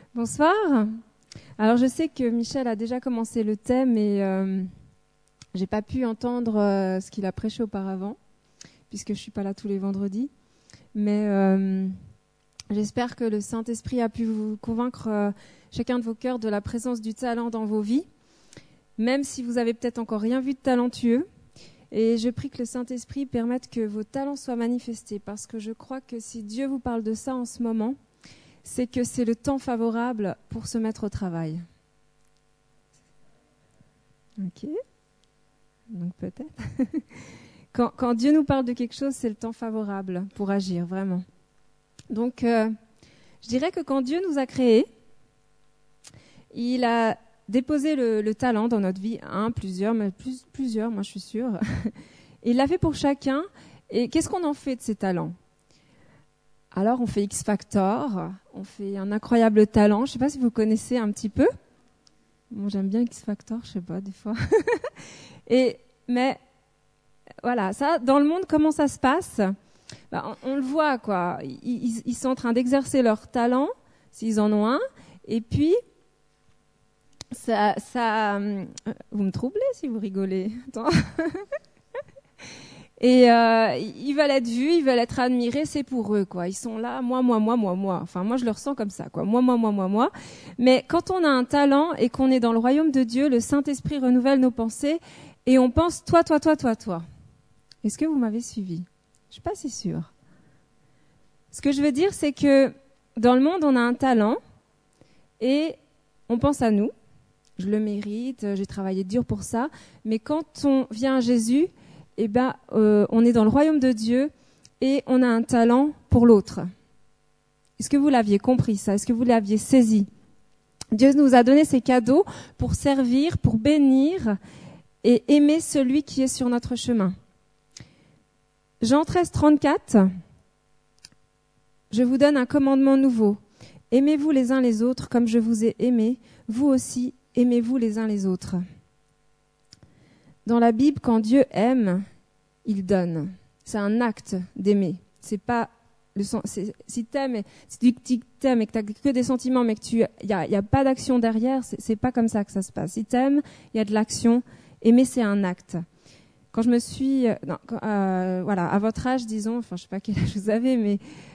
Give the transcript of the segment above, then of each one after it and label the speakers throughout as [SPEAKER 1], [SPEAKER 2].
[SPEAKER 1] Bonsoir. Alors je sais que Michel a déjà commencé le thème et j'ai pas pu entendre ce qu'il a prêché auparavant puisque je suis pas là tous les vendredis. Mais j'espère que le Saint-Esprit a pu vous convaincre chacun de vos cœurs de la présence du talent dans vos vies, même si vous avez peut-être encore rien vu de talentueux. Et je prie que le Saint-Esprit permette que vos talents soient manifestés parce que je crois que si Dieu vous parle de ça en ce moment, c'est que c'est le temps favorable pour se mettre au travail. Ok. Donc peut-être. Quand Dieu nous parle de quelque chose, c'est le temps favorable pour agir, vraiment. Donc, je dirais que quand Dieu nous a créés, il a déposé le talent dans notre vie, plusieurs, moi je suis sûre. Et il l'a fait pour chacun. Et qu'est-ce qu'on en fait de ces talents ? Alors, on fait X Factor, on fait un incroyable talent. Je ne sais pas si vous connaissez un petit peu. Moi, j'aime bien X Factor, je ne sais pas, des fois. Mais voilà, ça, dans le monde, comment ça se passe ? On le voit, quoi. Ils sont en train d'exercer leur talent, s'ils en ont un. Et puis, ça vous me troublez si vous rigolez. Attends. Et ils veulent être vus, ils veulent être admirés, c'est pour eux, quoi. Ils sont là, moi. Enfin, moi, je le ressens comme ça, quoi. Moi. Mais quand on a un talent et qu'on est dans le royaume de Dieu, le Saint-Esprit renouvelle nos pensées et on pense toi. Est-ce que vous m'avez suivi ? Je suis pas si sûre. Ce que je veux dire, c'est que dans le monde, on a un talent et on pense à nous. Je le mérite, j'ai travaillé dur pour ça. Mais quand on vient à Jésus, on est dans le royaume de Dieu et on a un talent pour l'autre. Est-ce que vous l'aviez compris ça ? Est-ce que vous l'aviez saisi ? Dieu nous a donné ces cadeaux pour servir, pour bénir et aimer celui qui est sur notre chemin. Jean 13, 34, je vous donne un commandement nouveau. Aimez-vous les uns les autres comme je vous ai aimés. Vous aussi, aimez-vous les uns les autres. Dans la Bible, quand Dieu aime, il donne. C'est un acte d'aimer. C'est pas si t'aimes et que t'as que des sentiments, mais que il y a pas d'action derrière, c'est pas comme ça que ça se passe. Si t'aimes, il y a de l'action. Aimer, c'est un acte. Quand je me suis, à votre âge, disons, enfin, je sais pas quel âge vous avez, mais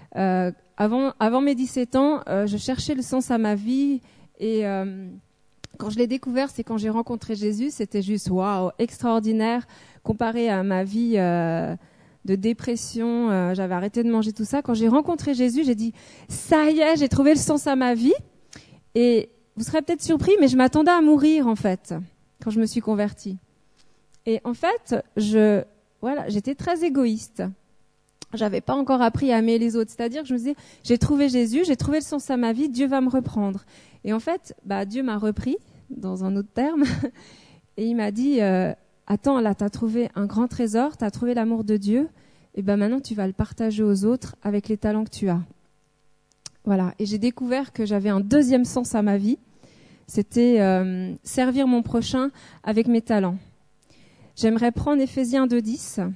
[SPEAKER 1] avant mes 17 ans, je cherchais le sens à ma vie et quand je l'ai découvert, c'est quand j'ai rencontré Jésus. C'était juste waouh, extraordinaire comparé à ma vie de dépression. J'avais arrêté de manger tout ça. Quand j'ai rencontré Jésus, j'ai dit ça y est, j'ai trouvé le sens à ma vie. Et vous serez peut-être surpris, mais je m'attendais à mourir en fait quand je me suis convertie. Et en fait, j'étais très égoïste. J'avais pas encore appris à aimer les autres. C'est-à-dire que je me disais, j'ai trouvé Jésus, j'ai trouvé le sens à ma vie, Dieu va me reprendre. Et en fait, Dieu m'a repris, dans un autre terme, et il m'a dit, attends, là, t'as trouvé un grand trésor, t'as trouvé l'amour de Dieu, et maintenant tu vas le partager aux autres avec les talents que tu as. Voilà. Et j'ai découvert que j'avais un deuxième sens à ma vie. C'était servir mon prochain avec mes talents. J'aimerais prendre Éphésiens 2:10.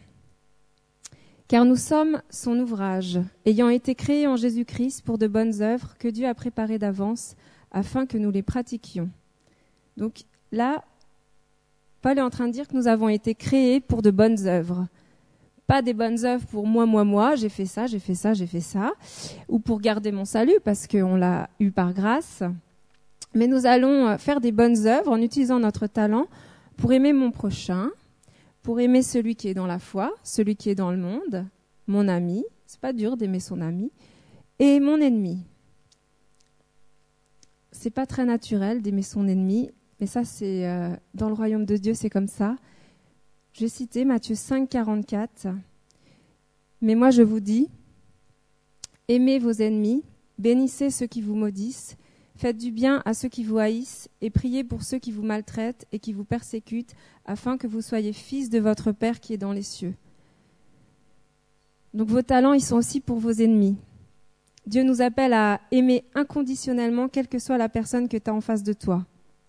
[SPEAKER 1] Car nous sommes son ouvrage, ayant été créés en Jésus-Christ pour de bonnes œuvres que Dieu a préparées d'avance afin que nous les pratiquions. Donc là, Paul est en train de dire que nous avons été créés pour de bonnes œuvres. Pas des bonnes œuvres pour moi, j'ai fait ça, ou pour garder mon salut parce qu'on l'a eu par grâce. Mais nous allons faire des bonnes œuvres en utilisant notre talent pour aimer mon prochain, pour aimer celui qui est dans la foi, celui qui est dans le monde, mon ami, c'est pas dur d'aimer son ami, et mon ennemi. C'est pas très naturel d'aimer son ennemi, mais ça c'est dans le royaume de Dieu, c'est comme ça. Je vais citer Matthieu 5, 44. Mais moi je vous dis, aimez vos ennemis, bénissez ceux qui vous maudissent, faites du bien à ceux qui vous haïssent et priez pour ceux qui vous maltraitent et qui vous persécutent, afin que vous soyez fils de votre Père qui est dans les cieux. Donc vos talents, ils sont aussi pour vos ennemis. Dieu nous appelle à aimer inconditionnellement, quelle que soit la personne que tu as en face de toi.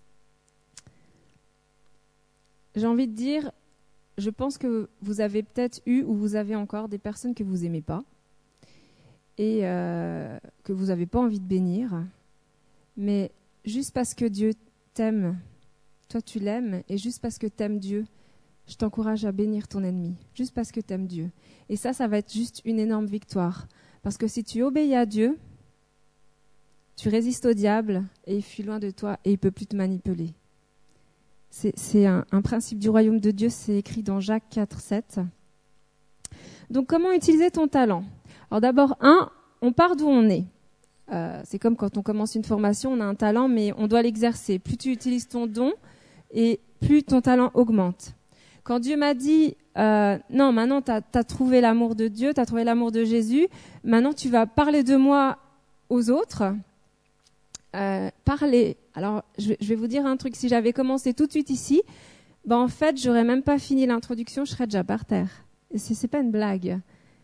[SPEAKER 1] J'ai envie de dire, je pense que vous avez peut-être eu ou vous avez encore des personnes que vous n'aimez pas et que vous n'avez pas envie de bénir. mais juste parce que Dieu t'aime, toi tu l'aimes, et juste parce que t'aimes Dieu, je t'encourage à bénir ton ennemi, juste parce que t'aimes Dieu. Et ça va être juste une énorme victoire. Parce que si tu obéis à Dieu, tu résistes au diable, et il fuit loin de toi, et il ne peut plus te manipuler. C'est un principe du royaume de Dieu, c'est écrit dans Jacques 4, 7. Donc comment utiliser ton talent ? Alors d'abord, on part d'où on est. C'est comme quand on commence une formation, on a un talent, mais on doit l'exercer. Plus tu utilises ton don, et plus ton talent augmente. Quand Dieu m'a dit, non, maintenant tu as trouvé l'amour de Dieu, tu as trouvé l'amour de Jésus, maintenant tu vas parler de moi aux autres, parler. Alors, je vais vous dire un truc, si j'avais commencé tout de suite ici, en fait, j'aurais même pas fini l'introduction, je serais déjà par terre. C'est pas une blague.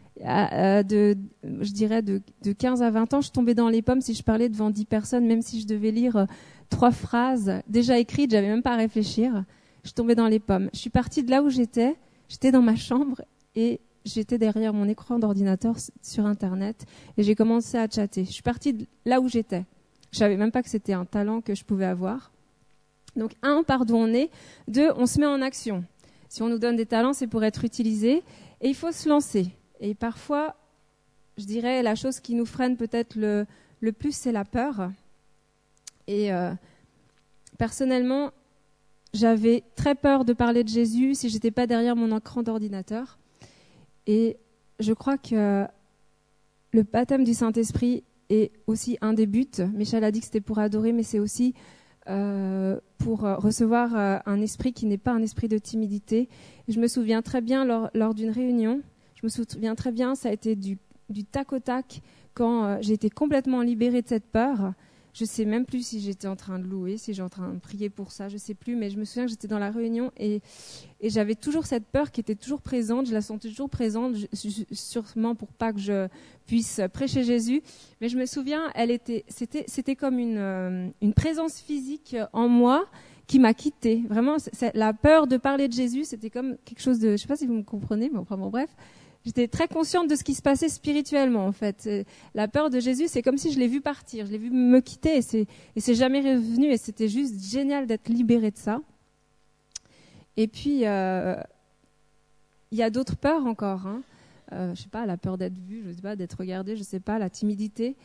[SPEAKER 1] Je dirais de 15 à 20 ans, je tombais dans les pommes si je parlais devant 10 personnes, même si je devais lire 3 phrases déjà écrites, j'avais même pas à réfléchir. Je tombais dans les pommes. Je suis partie de là où j'étais dans ma chambre et j'étais derrière mon écran d'ordinateur sur Internet et j'ai commencé à chatter. Je suis partie de là où j'étais. Je savais même pas que c'était un talent que je pouvais avoir. Donc, on part d'où on est. 2, on se met en action. Si on nous donne des talents, c'est pour être utilisé et il faut se lancer. Et parfois, je dirais, la chose qui nous freine peut-être le plus, c'est la peur. Et personnellement, j'avais très peur de parler de Jésus si j'étais pas derrière mon écran d'ordinateur. Et je crois que le baptême du Saint-Esprit est aussi un des buts. Michel a dit que c'était pour adorer, mais c'est aussi pour recevoir un esprit qui n'est pas un esprit de timidité. Et je me souviens très bien lors d'une réunion, ça a été du tac au tac quand j'ai été complètement libérée de cette peur. Je ne sais même plus si j'étais en train de louer, si j'étais en train de prier pour ça, je ne sais plus, mais je me souviens que j'étais dans la réunion et j'avais toujours cette peur qui était toujours présente, je la sentais toujours présente, sûrement pour pas que je puisse prêcher Jésus. Mais je me souviens, c'était comme une présence physique en moi qui m'a quittée. Vraiment, la peur de parler de Jésus, c'était comme quelque chose de... Je ne sais pas si vous me comprenez, mais enfin bon, bref. J'étais très consciente de ce qui se passait spirituellement, en fait. La peur de Jésus, c'est comme si je l'ai vu partir, je l'ai vu me quitter, et c'est jamais revenu, et c'était juste génial d'être libérée de ça. Et puis, il y a d'autres peurs encore, hein. Je sais pas, la peur d'être vue, je sais pas, d'être regardée, je sais pas, la timidité.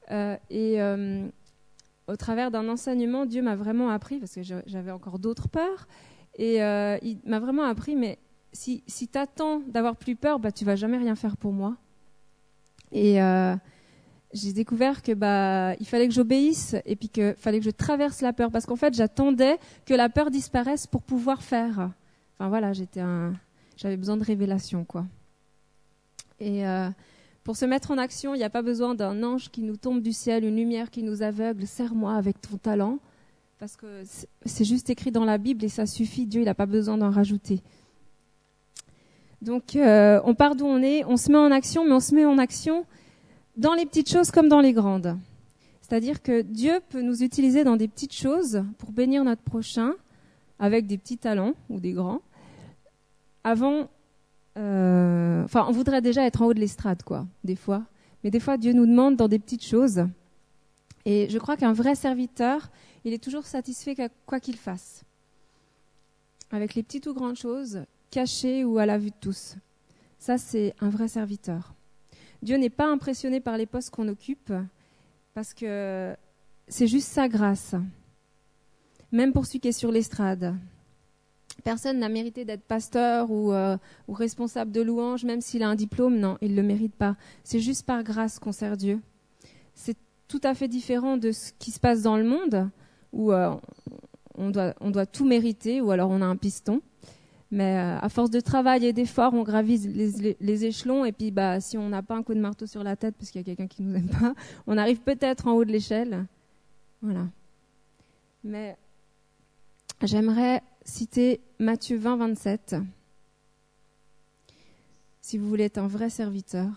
[SPEAKER 1] Au travers d'un enseignement, Dieu m'a vraiment appris, parce que j'avais encore d'autres peurs, et il m'a vraiment appris, mais si tu attends d'avoir plus peur, tu vas jamais rien faire pour moi. Et j'ai découvert que il fallait que j'obéisse et puis que fallait que je traverse la peur, parce qu'en fait j'attendais que la peur disparaisse pour pouvoir faire. Enfin voilà, j'avais besoin de révélation, quoi. Et pour se mettre en action, il n'y a pas besoin d'un ange qui nous tombe du ciel, une lumière qui nous aveugle. Serre-moi avec ton talent, parce que c'est juste écrit dans la Bible et ça suffit. Dieu, il n'a pas besoin d'en rajouter. Donc, on part d'où on est, on se met en action, mais on se met en action dans les petites choses comme dans les grandes. C'est-à-dire que Dieu peut nous utiliser dans des petites choses pour bénir notre prochain avec des petits talents ou des grands. On voudrait déjà être en haut de l'estrade, quoi, des fois. Mais des fois, Dieu nous demande dans des petites choses. Et je crois qu'un vrai serviteur, il est toujours satisfait quoi qu'il fasse. Avec les petites ou grandes choses, cachées ou à la vue de tous. Ça, c'est un vrai serviteur. Dieu n'est pas impressionné par les postes qu'on occupe, parce que c'est juste sa grâce. Même pour celui qui est sur l'estrade. Personne n'a mérité d'être pasteur ou responsable de louange, même s'il a un diplôme. Non, il ne le mérite pas. C'est juste par grâce qu'on sert Dieu. C'est tout à fait différent de ce qui se passe dans le monde, où on doit tout mériter, ou alors on a un piston. Mais à force de travail et d'effort, on gravise les échelons. Et puis, si on n'a pas un coup de marteau sur la tête parce qu'il y a quelqu'un qui ne nous aime pas, on arrive peut-être en haut de l'échelle. Voilà. Mais j'aimerais citer Matthieu 20, 27. Si vous voulez être un vrai serviteur,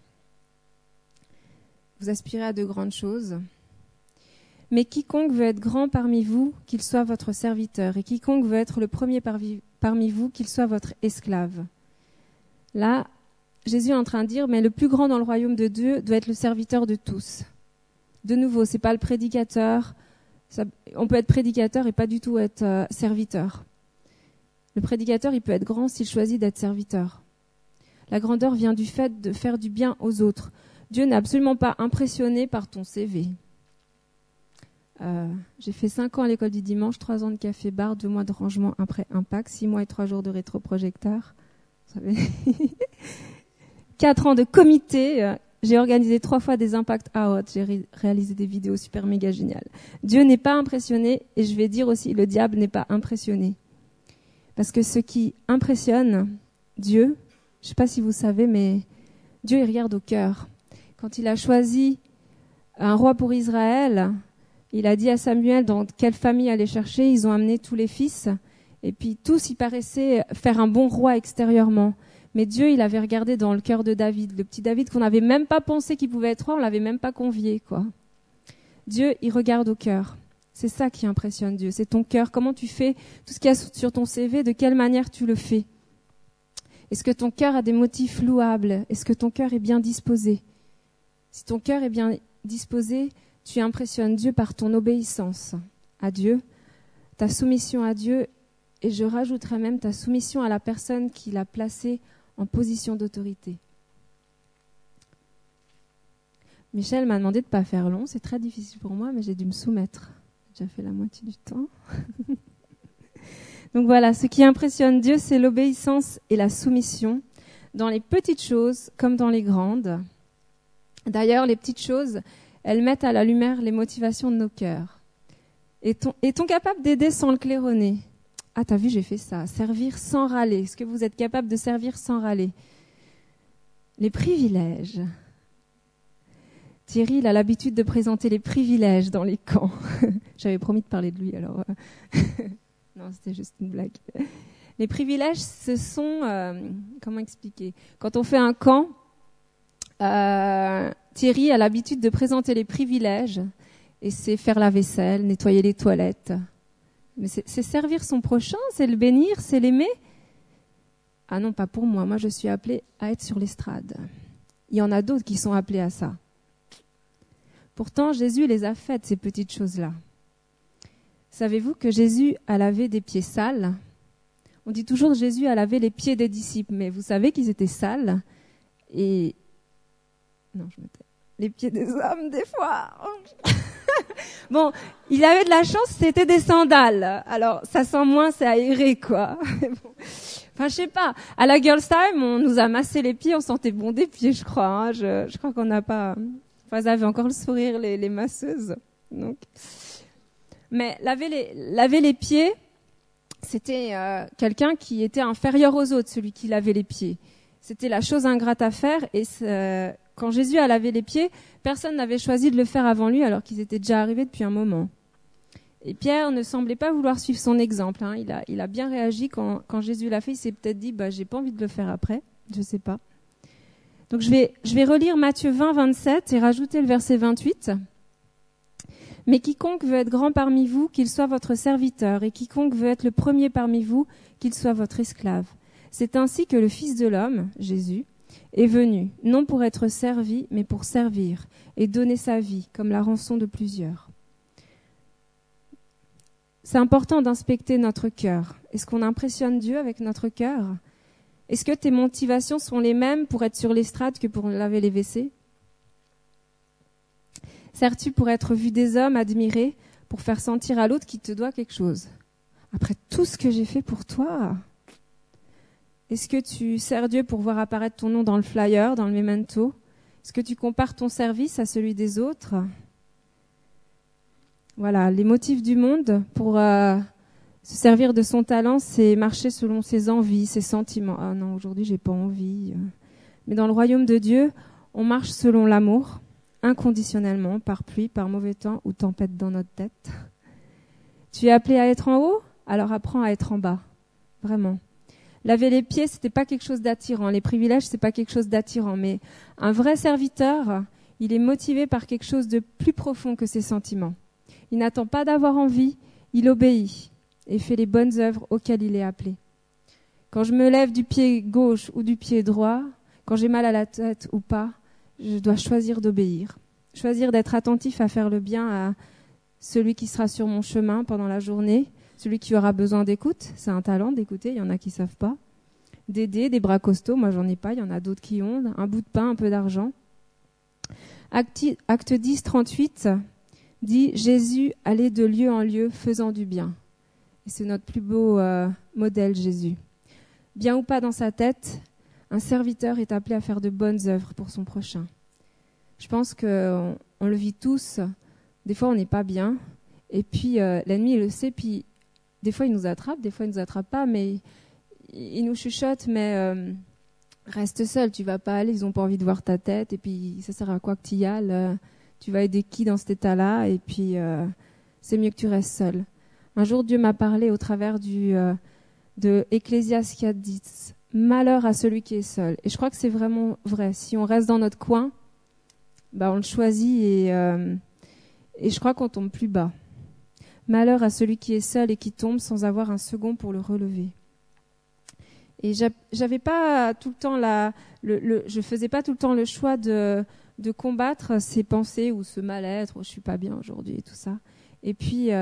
[SPEAKER 1] vous aspirez à de grandes choses. Mais quiconque veut être grand parmi vous, qu'il soit votre serviteur. Et quiconque veut être le premier parmi vous, qu'il soit votre esclave. Là, Jésus est en train de dire, mais le plus grand dans le royaume de Dieu doit être le serviteur de tous. De nouveau, c'est pas le prédicateur. On peut être prédicateur et pas du tout être serviteur. Le prédicateur, il peut être grand s'il choisit d'être serviteur. La grandeur vient du fait de faire du bien aux autres. Dieu n'est absolument pas impressionné par ton CV. J'ai fait 5 ans à l'école du dimanche, 3 ans de café-bar, 2 mois de rangement après impact, 6 mois et 3 jours de rétroprojecteur. Vous savez 4 ans de comité. J'ai organisé 3 fois des Impact Out. J'ai réalisé des vidéos super méga géniales. Dieu n'est pas impressionné, et je vais dire aussi, le diable n'est pas impressionné. Parce que ce qui impressionne Dieu, je ne sais pas si vous savez, mais Dieu, il regarde au cœur. Quand il a choisi un roi pour Israël, il a dit à Samuel dans quelle famille aller chercher. Ils ont amené tous les fils. Et puis tous, ils paraissaient faire un bon roi extérieurement. Mais Dieu, il avait regardé dans le cœur de David. Le petit David qu'on n'avait même pas pensé qu'il pouvait être roi, on l'avait même pas convié, quoi. Dieu, il regarde au cœur. C'est ça qui impressionne Dieu. C'est ton cœur. Comment tu fais tout ce qu'il y a sur ton CV, de quelle manière tu le fais. Est-ce que ton cœur a des motifs louables? Est-ce que ton cœur est bien disposé? Si ton cœur est bien disposé, tu impressionnes Dieu par ton obéissance à Dieu, ta soumission à Dieu, et je rajouterais même ta soumission à la personne qui l'a placée en position d'autorité. Michel m'a demandé de ne pas faire long, c'est très difficile pour moi, mais j'ai dû me soumettre. J'ai déjà fait la moitié du temps. Donc voilà, ce qui impressionne Dieu, c'est l'obéissance et la soumission, dans les petites choses comme dans les grandes. D'ailleurs, les petites choses, elles mettent à la lumière les motivations de nos cœurs. Est-on capable d'aider sans le claironner? Ah, t'as vu, j'ai fait ça. Servir sans râler. Est-ce que vous êtes capable de servir sans râler? Les privilèges. Thierry, il a l'habitude de présenter les privilèges dans les camps. J'avais promis de parler de lui, alors... Non, c'était juste une blague. Les privilèges, ce sont... comment expliquer? Quand on fait un camp, Thierry a l'habitude de présenter les privilèges, et c'est faire la vaisselle, nettoyer les toilettes. Mais c'est servir son prochain, c'est le bénir, c'est l'aimer. Ah non, pas pour moi. Moi, je suis appelée à être sur l'estrade. Il y en a d'autres qui sont appelés à ça. Pourtant, Jésus les a faites, ces petites choses-là. Savez-vous que Jésus a lavé des pieds sales? On dit toujours Jésus a lavé les pieds des disciples, mais vous savez qu'ils étaient sales. Et... Non, je me tais. Les pieds des hommes, des fois. Bon, il avait de la chance, c'était des sandales. Alors, ça sent moins, c'est aéré, quoi. Bon. Enfin, je sais pas. À la Girls Time, on nous a massé les pieds, on sentait bon des pieds, je crois. Hein. Je crois qu'on n'a pas... Enfin, elles avaient encore le sourire, les masseuses. Donc... Mais laver les pieds, c'était quelqu'un qui était inférieur aux autres, celui qui lavait les pieds. C'était la chose ingrate à faire. Et quand Jésus a lavé les pieds, personne n'avait choisi de le faire avant lui, alors qu'ils étaient déjà arrivés depuis un moment. Et Pierre ne semblait pas vouloir suivre son exemple. Hein. Il a bien réagi quand Jésus l'a fait. Il s'est peut-être dit, j'ai pas envie de le faire après. Je sais pas. Donc je vais relire Matthieu 20, 27 et rajouter le verset 28. Mais quiconque veut être grand parmi vous, qu'il soit votre serviteur, et quiconque veut être le premier parmi vous, qu'il soit votre esclave. C'est ainsi que le Fils de l'homme, Jésus, est venu, non pour être servi, mais pour servir, et donner sa vie comme la rançon de plusieurs. C'est important d'inspecter notre cœur. Est-ce qu'on impressionne Dieu avec notre cœur? Est-ce que tes motivations sont les mêmes pour être sur l'estrade que pour laver les WC? Sers-tu pour être vu des hommes, admiré, pour faire sentir à l'autre qu'il te doit quelque chose? Après tout ce que j'ai fait pour toi, est-ce que tu sers Dieu pour voir apparaître ton nom dans le flyer, dans le memento? Est-ce que tu compares ton service à celui des autres? Voilà, les motifs du monde pour se servir de son talent, c'est marcher selon ses envies, ses sentiments. Ah non, aujourd'hui, j'ai pas envie. Mais dans le royaume de Dieu, on marche selon l'amour, inconditionnellement, par pluie, par mauvais temps ou tempête dans notre tête. Tu es appelé à être en haut? Alors apprends à être en bas. Vraiment. Laver les pieds, c'était pas quelque chose d'attirant. Les privilèges, c'est pas quelque chose d'attirant. Mais un vrai serviteur, il est motivé par quelque chose de plus profond que ses sentiments. Il n'attend pas d'avoir envie, il obéit et fait les bonnes œuvres auxquelles il est appelé. Quand je me lève du pied gauche ou du pied droit, quand j'ai mal à la tête ou pas, je dois choisir d'obéir. choisir d'être attentif à faire le bien à celui qui sera sur mon chemin pendant la journée, celui qui aura besoin d'écoute. C'est un talent d'écouter, il y en a qui ne savent pas. D'aider, des bras costauds, moi j'en ai pas, il y en a d'autres qui ont. Un bout de pain, un peu d'argent. Acte 10, 38 dit « Jésus allait de lieu en lieu faisant du bien ». Et c'est notre plus beau modèle, Jésus. Bien ou pas dans sa tête, un serviteur est appelé à faire de bonnes œuvres pour son prochain. Je pense qu'on le vit tous. Des fois, on n'est pas bien. Et puis, l'ennemi, il le sait. Puis, des fois, il nous attrape. Des fois, il ne nous attrape pas. Mais il nous chuchote. Mais reste seul. Tu ne vas pas aller. Ils n'ont pas envie de voir ta tête. Et puis, ça sert à quoi que tu y ailles? Tu vas aider qui dans cet état-là? Et puis, c'est mieux que tu restes seul. Un jour, Dieu m'a parlé au travers de Ecclésiaste 4:10. Malheur à celui qui est seul. Et je crois que c'est vraiment vrai. Si on reste dans notre coin, on le choisit et je crois qu'on tombe plus bas. Malheur à celui qui est seul et qui tombe sans avoir un second pour le relever. Et j'avais pas tout le temps je faisais pas tout le temps le choix de combattre ces pensées ou ce mal-être, je suis pas bien aujourd'hui et tout ça. Et puis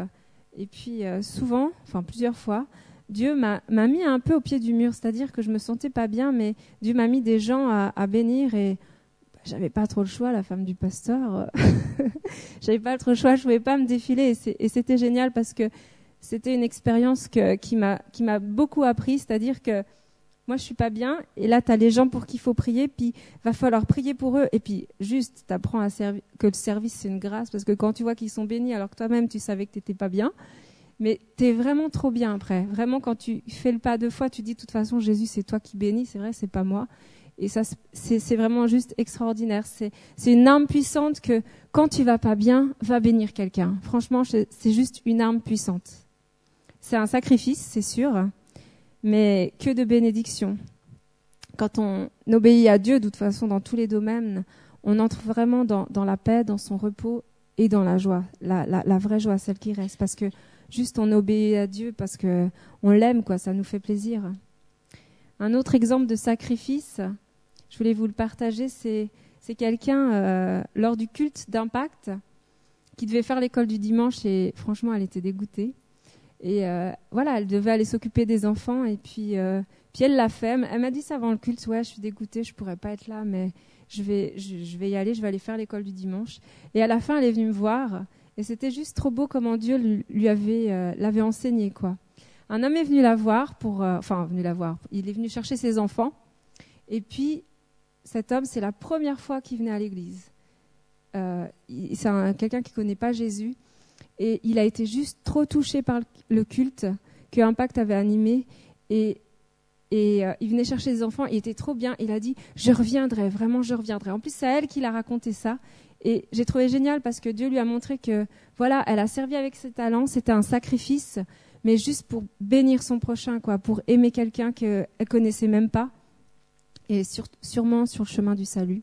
[SPEAKER 1] souvent, plusieurs fois, Dieu m'a mis un peu au pied du mur, c'est-à-dire que je me sentais pas bien, mais Dieu m'a mis des gens à bénir et j'avais pas trop le choix, la femme du pasteur. J'avais pas trop le choix, je pouvais pas me défiler et c'était génial parce que c'était une expérience qui m'a beaucoup appris, c'est-à-dire que moi je suis pas bien et là tu as les gens pour qui il faut prier, puis va falloir prier pour eux et puis juste tu apprends que le service c'est une grâce parce que quand tu vois qu'ils sont bénis alors que toi-même tu savais que tu étais pas bien. Mais tu es vraiment trop bien après. Vraiment, quand tu fais le pas 2 fois, tu dis de toute façon, Jésus, c'est toi qui bénis, c'est vrai, c'est pas moi. Et ça, c'est vraiment juste extraordinaire. C'est une arme puissante que, quand tu vas pas bien, va bénir quelqu'un. Franchement, c'est juste une arme puissante. C'est un sacrifice, c'est sûr, mais que de bénédictions. Quand on obéit à Dieu, de toute façon, dans tous les domaines, on entre vraiment dans la paix, dans son repos et dans la joie, la vraie joie, celle qui reste. Parce que juste on obéit à Dieu parce que on l'aime, quoi, ça nous fait plaisir. Un autre exemple de sacrifice, je voulais vous le partager, c'est quelqu'un lors du culte d'Impact qui devait faire l'école du dimanche et franchement elle était dégoûtée. Et elle devait aller s'occuper des enfants et puis elle l'a fait. Elle m'a dit ça avant le culte, ouais, je suis dégoûtée, je pourrais pas être là, mais je vais y aller, je vais aller faire l'école du dimanche. Et à la fin, elle est venue me voir. Et c'était juste trop beau comment Dieu l'avait enseigné, quoi. Un homme est venu la voir il est venu chercher ses enfants. Et puis, cet homme, c'est la première fois qu'il venait à l'église. C'est quelqu'un qui ne connaît pas Jésus. Et il a été juste trop touché par le culte que Impact avait animé. Et il venait chercher ses enfants, il était trop bien. Il a dit, je reviendrai, vraiment je reviendrai. En plus, c'est à elle qu'il a raconté ça. Et j'ai trouvé génial parce que Dieu lui a montré que, voilà, elle a servi avec ses talents, c'était un sacrifice, mais juste pour bénir son prochain, quoi, pour aimer quelqu'un qu'elle connaissait même pas, et sûrement sur le chemin du salut.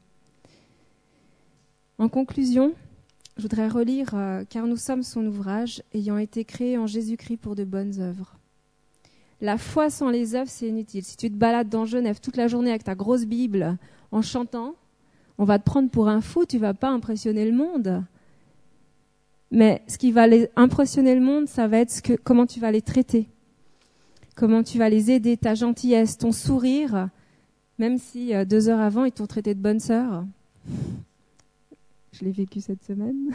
[SPEAKER 1] En conclusion, je voudrais relire « Car nous sommes son ouvrage, ayant été créés en Jésus-Christ pour de bonnes œuvres ». La foi sans les œuvres, c'est inutile. Si tu te balades dans Genève toute la journée avec ta grosse Bible en chantant, on va te prendre pour un fou, tu ne vas pas impressionner le monde. Mais ce qui va impressionner le monde, ça va être comment tu vas les traiter, comment tu vas les aider, ta gentillesse, ton sourire, même si 2 heures avant, ils t'ont traité de bonne sœur. Je l'ai vécu cette semaine.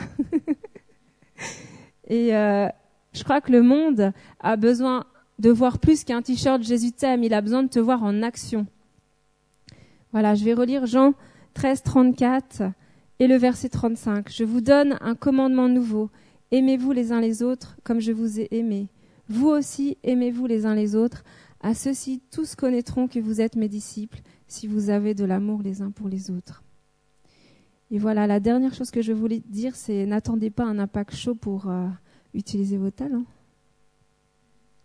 [SPEAKER 1] Et je crois que le monde a besoin de voir plus qu'un t-shirt « Jésus t'aime », il a besoin de te voir en action. Voilà, je vais relire Jean 13, 34 et le verset 35. « Je vous donne un commandement nouveau. Aimez-vous les uns les autres comme je vous ai aimés. Vous aussi, aimez-vous les uns les autres. À ceux-ci, tous connaîtront que vous êtes mes disciples si vous avez de l'amour les uns pour les autres. » Et voilà, la dernière chose que je voulais dire, c'est n'attendez pas un impact chaud pour utiliser vos talents.